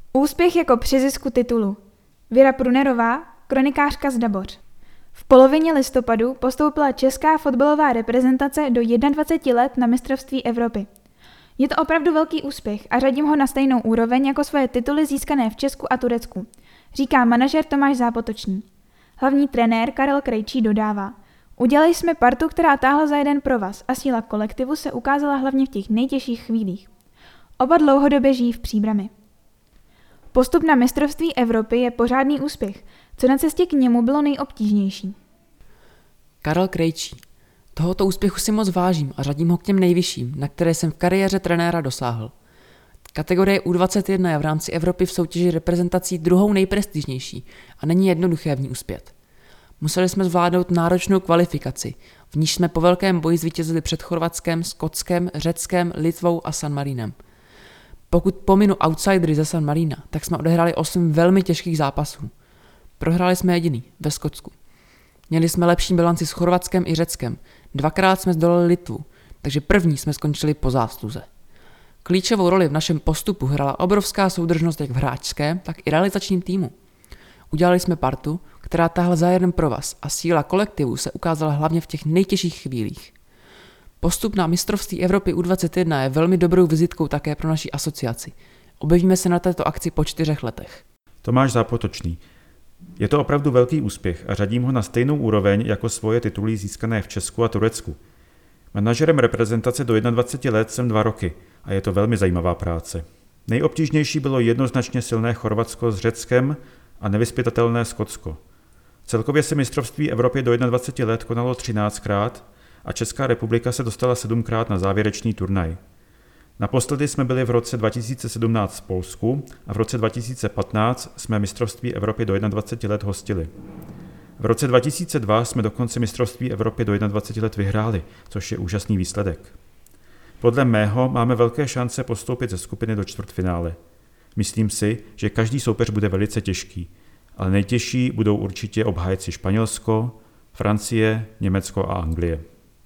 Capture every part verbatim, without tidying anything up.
Úspěch jako při zisku titulu. Věra Prunerová, kronikářka z Daboř. V polovině listopadu postoupila česká fotbalová reprezentace do dvaceti jedna let na mistrovství Evropy. Je to opravdu velký úspěch a řadím ho na stejnou úroveň jako svoje tituly získané v Česku a Turecku, říká manažer Tomáš Zápotočný. Hlavní trenér Karel Krejčí dodává: Udělali jsme partu, která táhla za jeden provaz a síla kolektivu se ukázala hlavně v těch nejtěžších chvílích. Oba dlouhodobě žijí v Příbrami. Postup na mistrovství Evropy je pořádný úspěch. Co na cestě k němu bylo nejobtížnější? Karel Krejčí. Tohoto úspěchu si moc vážím a řadím ho k těm nejvyšším, na které jsem v kariéře trenéra dosáhl. Kategorie U dvacet jedna je v rámci Evropy v soutěži reprezentací druhou nejprestižnější a není jednoduché v ní uspět. Museli jsme zvládnout náročnou kvalifikaci, v níž jsme po velkém boji zvítězili před Chorvatskem, Skotskem, Řeckem, Litvou a San Marinem. Pokud pominu outsidery ze San Marina, tak jsme odehráli osm velmi těžkých zápasů. Prohráli jsme jediný, ve Skotsku. Měli jsme lepší bilanci s Chorvatskem i Řeckem, dvakrát jsme zdolali Litvu, takže první jsme skončili po zásluze. Klíčovou roli v našem postupu hrála obrovská soudržnost jak v hráčském, tak i realizačním týmu. Udělali jsme partu, která táhla za jeden provaz a síla kolektivu se ukázala hlavně v těch nejtěžších chvílích. Postup na mistrovství Evropy U dvacet jedna je velmi dobrou vizitkou také pro naši asociaci. Objevíme se na této akci po čtyřech letech. Tomáš Zápotočný. Je to opravdu velký úspěch a řadím ho na stejnou úroveň jako svoje tituly získané v Česku a Turecku. Manažerem reprezentace do dvaceti jedna let jsem dva roky a je to velmi zajímavá práce. Nejobtížnější bylo jednoznačně silné Chorvatsko s Řeckem a nevyzpytatelné Skotsko. Celkově se mistrovství Evropy do dvaceti jedna let konalo třináctkrát a Česká republika se dostala sedmkrát na závěrečný turnaj. Naposledy jsme byli v roce dva tisíce sedmnáct v Polsku a v roce dva tisíce patnáct jsme mistrovství Evropy do dvaceti jedna let hostili. V roce dva tisíce dva jsme dokonce mistrovství Evropy do dvaceti jedna let vyhráli, což je úžasný výsledek. Podle mého máme velké šance postoupit ze skupiny do čtvrtfinále. Myslím si, že každý soupeř bude velice těžký, ale nejtěžší budou určitě obhájci Španělsko, Francie, Německo a Anglie.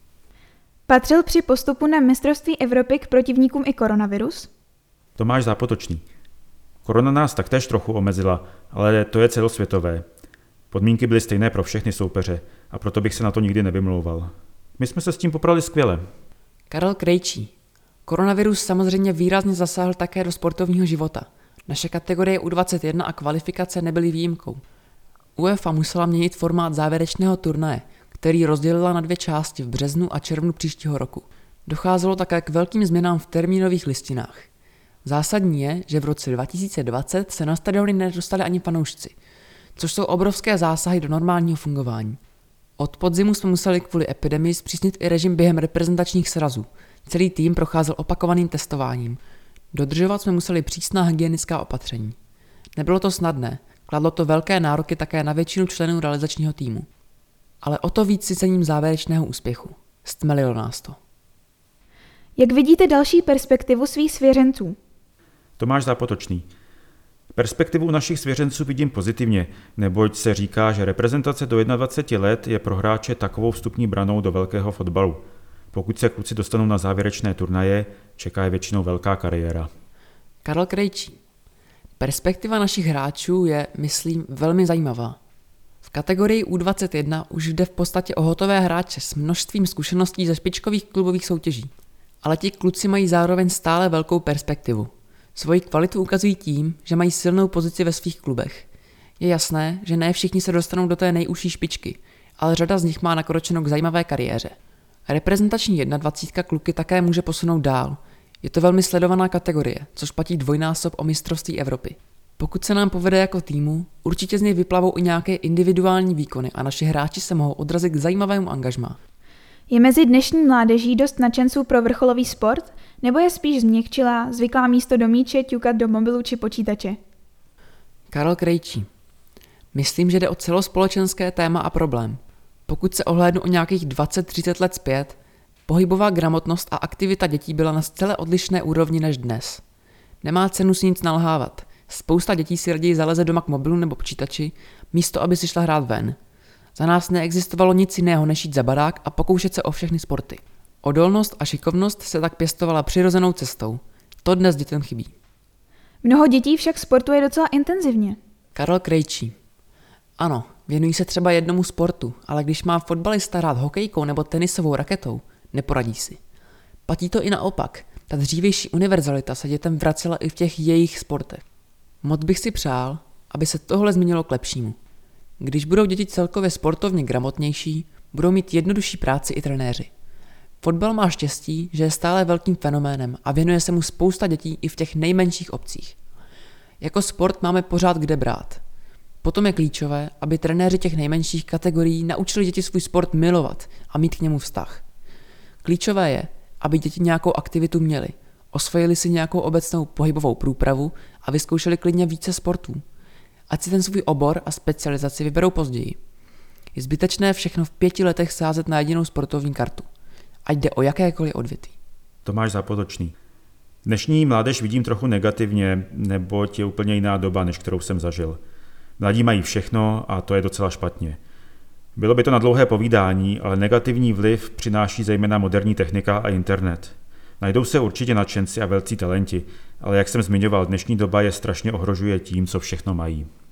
Patřil při postupu na mistrovství Evropy k protivníkům i koronavirus? Tomáš Zápotočný. Korona nás taktéž trochu omezila, ale to je celosvětové. Podmínky byly stejné pro všechny soupeře a proto bych se na to nikdy nevymlouval. My jsme se s tím poprali skvěle. Karel Krejčí. Koronavirus samozřejmě výrazně zasáhl také do sportovního života. Naše kategorie U dvacet jedna a kvalifikace nebyly výjimkou. UEFA musela měnit formát závěrečného turnaje, který rozdělila na dvě části v březnu a červnu příštího roku. Docházelo také k velkým změnám v termínových listinách. Zásadní je, že v roce dva tisíce dvacet se na stadiony nedostali ani fanoušci, což jsou obrovské zásahy do normálního fungování. Od podzimu jsme museli kvůli epidemii zpřísnit i režim během reprezentačních srazů. Celý tým procházel opakovaným testováním. Dodržovat jsme museli přísná hygienická opatření. Nebylo to snadné, kladlo to velké nároky také na většinu členů realizačního týmu. Ale o to víc si cením závěrečného úspěchu. Stmelilo nás to. Jak vidíte další perspektivu svých svěřenců? Tomáš Zápotočný. Perspektivu našich svěřenců vidím pozitivně, neboť se říká, že reprezentace do dvaceti jedna let je pro hráče takovou vstupní branou do velkého fotbalu. Pokud se kluci dostanou na závěrečné turnaje, čeká je většinou velká kariéra. Karel Krejčí. Perspektiva našich hráčů je, myslím, velmi zajímavá. V kategorii U dvacet jedna už jde v podstatě o hotové hráče s množstvím zkušeností ze špičkových klubových soutěží. Ale ti kluci mají zároveň stále velkou perspektivu. Svoji kvalitu ukazují tím, že mají silnou pozici ve svých klubech. Je jasné, že ne všichni se dostanou do té nejužší špičky, ale řada z nich má nakročeno k zajímavé kariéře. Reprezentační dvacet jedna kluky také může posunout dál. Je to velmi sledovaná kategorie, což platí dvojnásob o mistrovství Evropy. Pokud se nám povede jako týmu, určitě z něj vyplavou i nějaké individuální výkony a naši hráči se mohou odrazit k zajímavému angažmá. Je mezi dnešní mládeží dost nadšenců pro vrcholový sport, nebo je spíš změkčilá, zvyklá místo do míče ťukat do mobilu či počítače? Karel Krejčí. Myslím, že jde o celospolečenské téma a problém. Pokud se ohlédnu o nějakých dvacet třicet let zpět, pohybová gramotnost a aktivita dětí byla na zcela odlišné úrovni než dnes. Nemá cenu si nic nalhávat. Spousta dětí si raději zaleze doma k mobilu nebo počítači, místo aby si šla hrát ven. Za nás neexistovalo nic jiného než jít za barák a pokoušet se o všechny sporty. Odolnost a šikovnost se tak pěstovala přirozenou cestou. To dnes dětem chybí. Mnoho dětí však sportuje docela intenzivně. Karel Krejčí. Ano, věnují se třeba jednomu sportu, ale když má fotbalista hrát hokejkou nebo tenisovou raketou, neporadí si. Platí to i naopak. Ta dřívější univerzalita se dětem vracela i v těch jejich sportech. Moc bych si přál, aby se tohle změnilo k lepšímu. Když budou děti celkově sportovně gramotnější, budou mít jednodušší práci i trenéři. Fotbal má štěstí, že je stále velkým fenoménem a věnuje se mu spousta dětí i v těch nejmenších obcích. Jako sport máme pořád kde brát. Potom je klíčové, aby trenéři těch nejmenších kategorií naučili děti svůj sport milovat a mít k němu vztah. Klíčové je, aby děti nějakou aktivitu měly, osvojili si nějakou obecnou pohybovou průpravu a vyzkoušeli klidně více sportů. Ať si ten svůj obor a specializaci vyberou později. Je zbytečné všechno v pěti letech sázet na jedinou sportovní kartu. Ať jde o jakékoliv odvětví. Tomáš Zápotočný. Dnešní mládež vidím trochu negativně, neboť je úplně jiná doba, než kterou jsem zažil. Mladí mají všechno a to je docela špatně. Bylo by to na dlouhé povídání, ale negativní vliv přináší zejména moderní technika a internet. Najdou se určitě nadšenci a velcí talenti, ale jak jsem zmiňoval, dnešní doba je strašně ohrožuje tím, co všechno mají.